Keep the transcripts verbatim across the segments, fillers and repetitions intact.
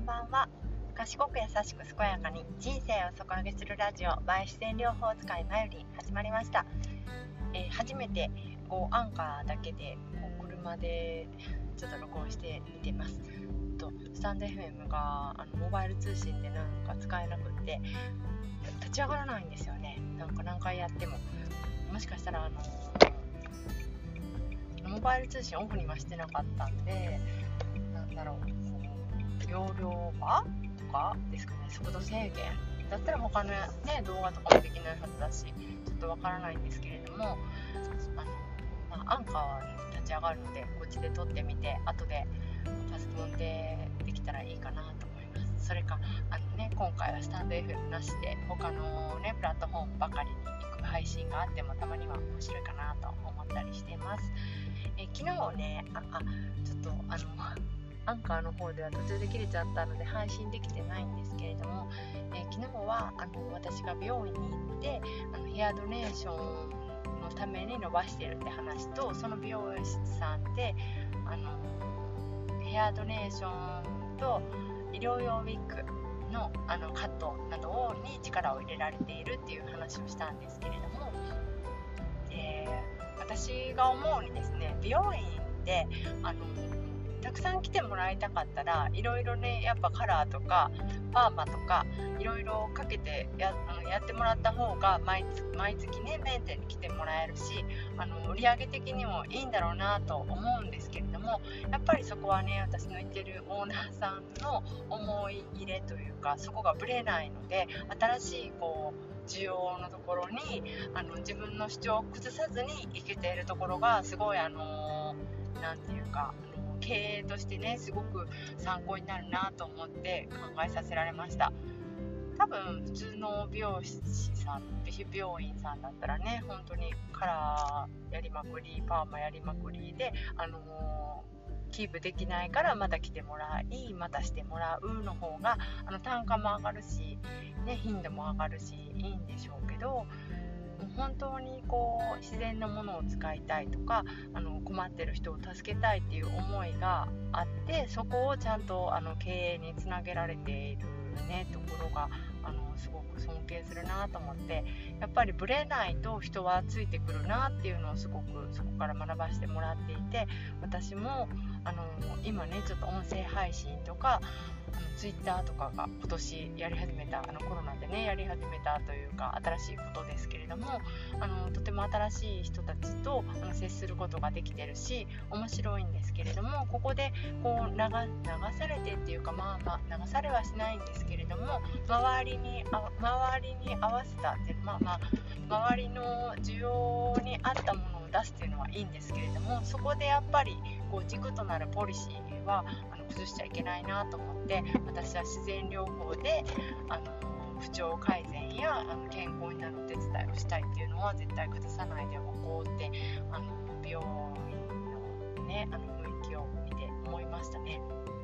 んばんは。賢く優しく健やかに人生を底上げするラジオ by 自然療法使いまゆり始まりました。えー、初めてこうアンカーだけでこう車でちょっと録音してみてます。とスタンド エフエム があのモバイル通信でなんか使えなくって立ち上がらないんですよね。なんか何回やってももしかしたらあのモバイル通信オフにはしてなかったんで、なんだろう、容量場とかですかね、速度制限だったら他の、ね、動画とかもできないはずだし、ちょっとわからないんですけれども、あの、まあ、アンカーに立ち上がるのでこっちで撮ってみて、後でパソコンでできたらいいかなと思います。それかあの、ね、今回はスタンド エフエム なしで他の、ね、プラットフォームばかりに行く配信があってもたまには面白いかなと思ったりしています。え昨日ねああちょっとあのアンカーの方では途中で切れちゃったので配信できてないんですけれども、え昨日はあの私が美容院に行ってあのヘアドネーションのために伸ばしてるって話と、その美容師さんであのヘアドネーションと医療用ウィッグ の, あのカットなどをに力を入れられているっていう話をしたんですけれども、えー、私が思うにですね、美容院であのたくさん来てもらいたかったらいろいろね、やっぱカラーとかパーマとかいろいろかけて や, あのやってもらった方が 毎, 毎月ねメンテに来てもらえるし、あの売上的にもいいんだろうなと思うんですけれども、やっぱりそこはね、私の言ってるオーナーさんの思い入れというか、そこがぶれないので、新しいこう需要のところにあの自分の主張を崩さずにいけているところがすごい、あのなんていうか経営としてね、すごく参考になるなと思って考えさせられました。多分普通の美容師さん、美容院さんだったらね、本当にカラーやりまくり、パーマやりまくりで、あのー、キープできないからまた来てもらい、またしてもらうの方があの単価も上がるし、ね、頻度も上がるしいいんでしょうけど、本当にこう自然なものを使いたいとか、あの困ってる人を助けたいっていう思いがあって、そこをちゃんとあの経営につなげられている、ね、ところがあのすごく尊敬するなと思って、やっぱりブレないと人はついてくるなっていうのをすごくそこから学ばせてもらっていて、私もあの今ねちょっと音声配信とかツイッターとかが今年やり始めた、あのコロナでねやり始めたというか新しいことですけれども、あのとても新しい人たちとあの接することができてるし面白いんですけれども、ここでこう 流, 流されてっていうか、まあまあ流されはしないんですけれども、周りにあ周りに合わせたって、まあまあ周りの需要に合ったものを出すっていうのはいいんですけれども、そこでやっぱりこう軸となるポリシーはあの崩しちゃいけないなと思って、私は自然療法であの不調改善やあの健康になるお手伝いをしたいっていうのは絶対崩さないでおこうって、あの美容院のねあの雰囲気を見て思いましたね。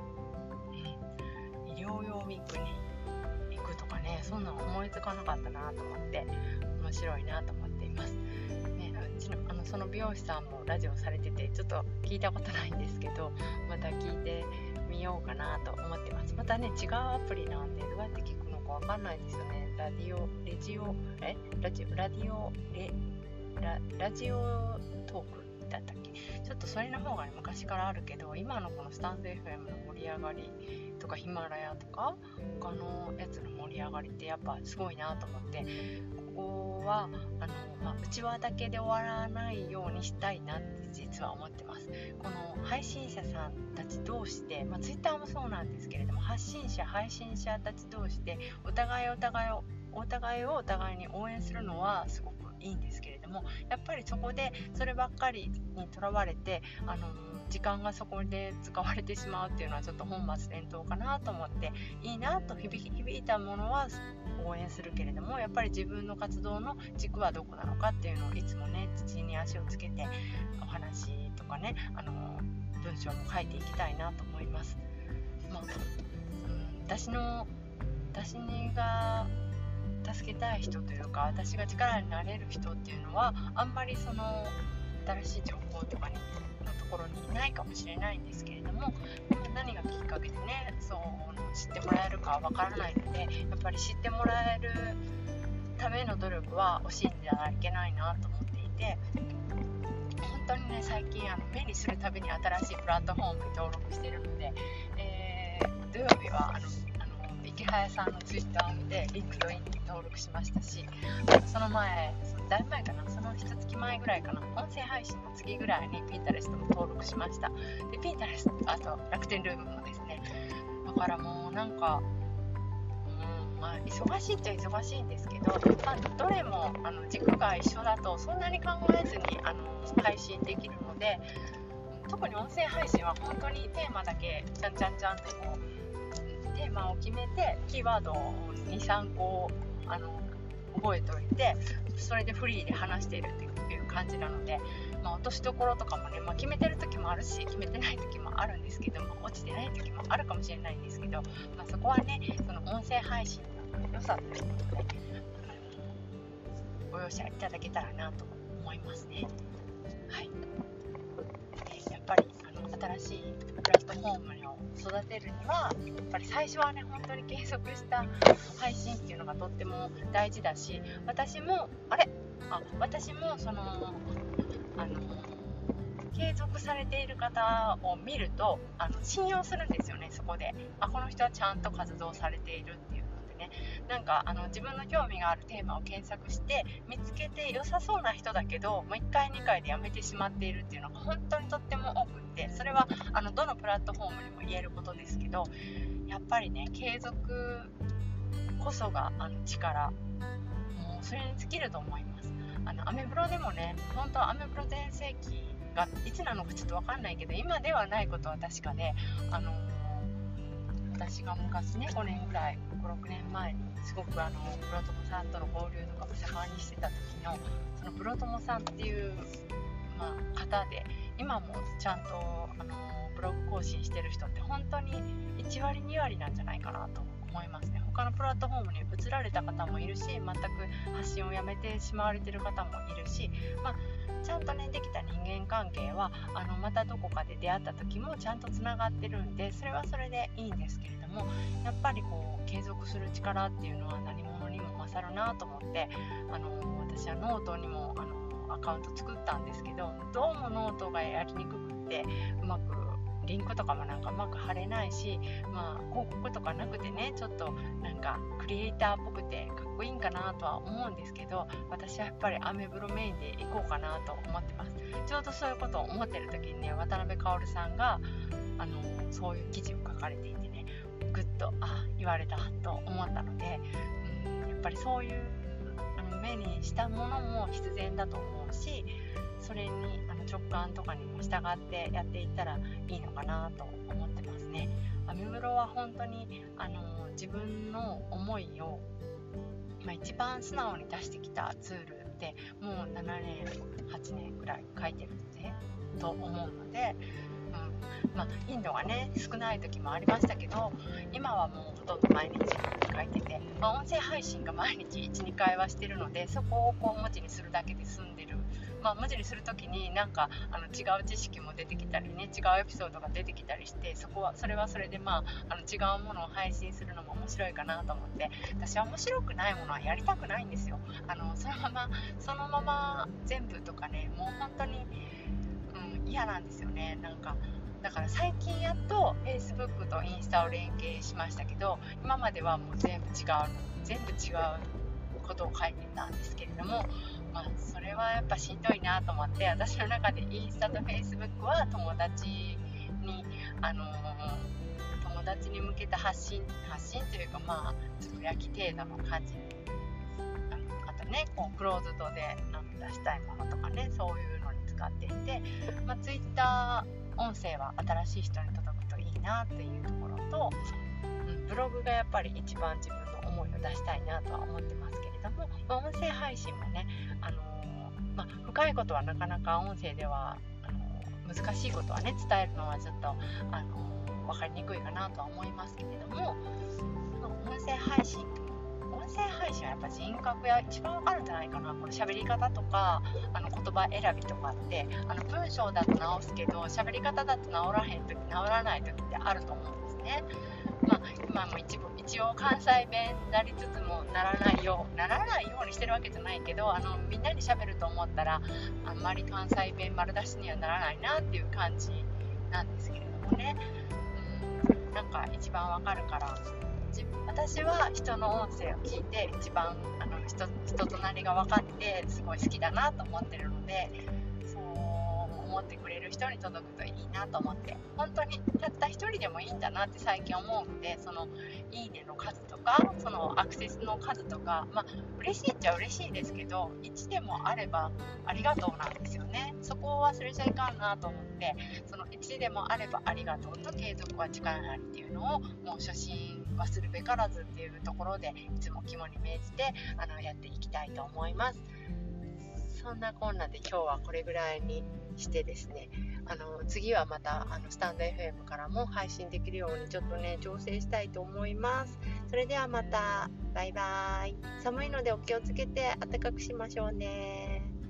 うん、医療用ウィッグに行くとかね、そんなの思いつかなかったなと思って面白いなと思っています。ね、うちの、あのその美容師さんもラジオされててちょっと聞いたことないんですけど、また聞いてみようかなと思ってます。またね違うアプリなんでどうやって聞くのかわかんないですよね。ラディオレジオえラジオラディオレ ラ, ラジオトークだったっけ。ちょっとそれの方が、ね、昔からあるけど、今のこのスタンド エフエム の盛り上がりとかヒマラヤとか他のやつの盛り上がりってやっぱすごいなと思って、ここはあの、まあ、うちわだけで終わらないようにしたいなって実は思ってます。この配信者さんたち同士で、まあ、Twitter もそうなんですけれども、発信者配信者たち同士でお互いお互いをお互いをお互いに応援するのはすごくいいんですけれども、やっぱりそこでそればっかりにとらわれて、あの時間がそこで使われてしまうっていうのはちょっと本末転倒かなと思って、いいなと響いたものは応援するけれども、やっぱり自分の活動の軸はどこなのかっていうのをいつもね土に足をつけてお話とかね、あの文章も書いていきたいなと思います。まあ、うん、私の私が助けたい人というか、私が力になれる人っていうのはあんまりその新しい情報とかにのところにいないかもしれないんですけれども、でも何がきっかけでねそう知ってもらえるかはわからないので、やっぱり知ってもらえるための努力は惜しんじゃいけないなと思っていて、本当にね最近あの目にするたびに新しいプラットフォームに登録しているので、えー、土曜日はあの池早さんのツイッターを見てリンクドインに登録しましたし、その前そのだいぶ前かな、その一月前ぐらいかな、音声配信の次ぐらいにピンタレストも登録しました。でピンタレスト、あと楽天ルームもですね。だからもうなんか、うんまあ、忙しいっちゃ忙しいんですけど、まあ、どれもあの軸が一緒だとそんなに考えずにあの配信できるので、特に音声配信は本当にテーマだけちゃんちゃんちゃんとこうテーマを決めてキーワードを にさんこあの覚えておいて、それでフリーで話しているっていう感じなので、まあ、落としどころとかもね、まあ、決めてる時もあるし決めてない時もあるんですけども、落ちてない時もあるかもしれないんですけど、まあ、そこはねその音声配信の良さということでご容赦いただけたらなと思いますね。はい、でやっぱりあの新しいプラットフォームを育てるにはやっぱり最初はね本当に継続した配信っていうのがとっても大事だし、私もあれあ私もそのあの継続されている方を見るとあの信用するんですよね。そこであこの人はちゃんと活動されているっていうのでね、なんかあの自分の興味があるテーマを検索して見つけて良さそうな人だけどもういっかいにかいでやめてしまっているっていうのが本当にとっても多くって、それはあのどのプラットフォームにも言えることですけど、やっぱりね継続こそがあの力、もうそれに尽きると思います。あのアメブロでもね、本当はアメブロ全盛期がいつなのかちょっと分かんないけど今ではないことは確かで、あのー、私が昔ねごねんぐらいごろくねんまえにすごくあのプロトモさんとの交流とかも盛んにしてた時のそのプロトモさんっていう、まあ、方で今もちゃんとあのブログ更新してる人って本当にいちわりにわりなんじゃないかなと思いますね。他のプラットフォームに移られた方もいるし、全く発信をやめてしまわれてる方もいるし、まあ、ちゃんとねできた人間関係はあのまたどこかで出会った時もちゃんとつながってるんで、それはそれでいいんですけれども、やっぱりこう継続する力っていうのは何者にも勝るなと思って、あの私はノートにもあのアカウント作ったんですけど、どうもノートがやりにくくってうまくリンクとかもなんかうまく貼れないし、まあ、広告とかなくてねちょっとなんかクリエイターっぽくてかっこいいんかなとは思うんですけど、私はやっぱりアメブロメインで行こうかなと思ってます。ちょうどそういうことを思ってる時にね渡辺薫さんがあのそういう記事を書かれていてね、ぐっとあ言われたと思ったので、うん、やっぱりそういうあの目にしたものも必然だと思うし、それにあの直感とかにも従ってやっていったらいいのかなと思ってますね。アメブロは本当にあの自分の思いを、まあ、一番素直に出してきたツールでもうななねんはちねんぐらい書いてるのでと思うので、うんまあ、頻度がね少ない時もありましたけど、今はもうほとんど毎日書いてて、まあ、音声配信が毎日 いちにかいはしてるので、そこをこう文字にするだけで済んでる。まあ、文字にするときになんかあの違う知識も出てきたりね、違うエピソードが出てきたりして、そこはそれはそれで、まあ、あの違うものを配信するのも面白いかなと思って、私は面白くないものはやりたくないんですよ。あのそのままそのまま全部とかね、もう本当に、うん、嫌なんですよね。なんかだから最近やっと Facebook とインスタを連携しましたけど、今まではもう全部違う全部違うことを書いてたんですけれども、まあ、それはやっぱしんどいなと思って、私の中でインスタとフェイスブックは友達に、あのー、友達に向けた発信発信というか、まあつぶやき程度の感じに、あのあとねこうクローズドであの出したいものとかね、そういうのに使っていて、まあ、ツイッター音声は新しい人に届くといいなっていうところと、うん、ブログがやっぱり一番自分の思いを出したいなとは思ってますけれども、まあ、音声配信もね、あのーまあ、深いことはなかなか音声ではあのー、難しいことはね伝えるのはちょっと、あのー、分かりにくいかなとは思いますけれども、まあ、音声配信を音声配信はやっぱ人格や一番わかるんじゃないかな。この喋り方とかあの言葉選びとかってあの文章だと直すけど喋り方だと直らへん時直らない時ってあると思うんですね。まあ、今も一部一応関西弁になりつつもならないようならないようにしてるわけじゃないけど、あのみんなに喋ると思ったらあんまり関西弁丸出しにはならないなっていう感じなんですけれどもね、うん、なんか一番わかるから、私は人の音声を聞いて一番あの 人, 人となりが分かってすごい好きだなと思ってるので、そう思ってくれる人に届くといいなと思って、本当にたった一人でもいいんだなって最近思うので、そのいいねの数とかそのアクセスの数とか、まあ嬉しいっちゃ嬉しいですけど、いちでもあればありがとうなんですよね。そこを忘れちゃいかんなと思って、そのいちでもあればありがとうと継続は力なりっていうのをもう初心忘るべからずっていうところでいつも肝に銘じてあのやっていきたいと思います。そんなこんなで今日はこれぐらいにしてですね、あの次はまたあのスタンド エフエム からも配信できるようにちょっとね調整したいと思います。それではまたバイバイ。寒いのでお気をつけて暖かくしましょうね。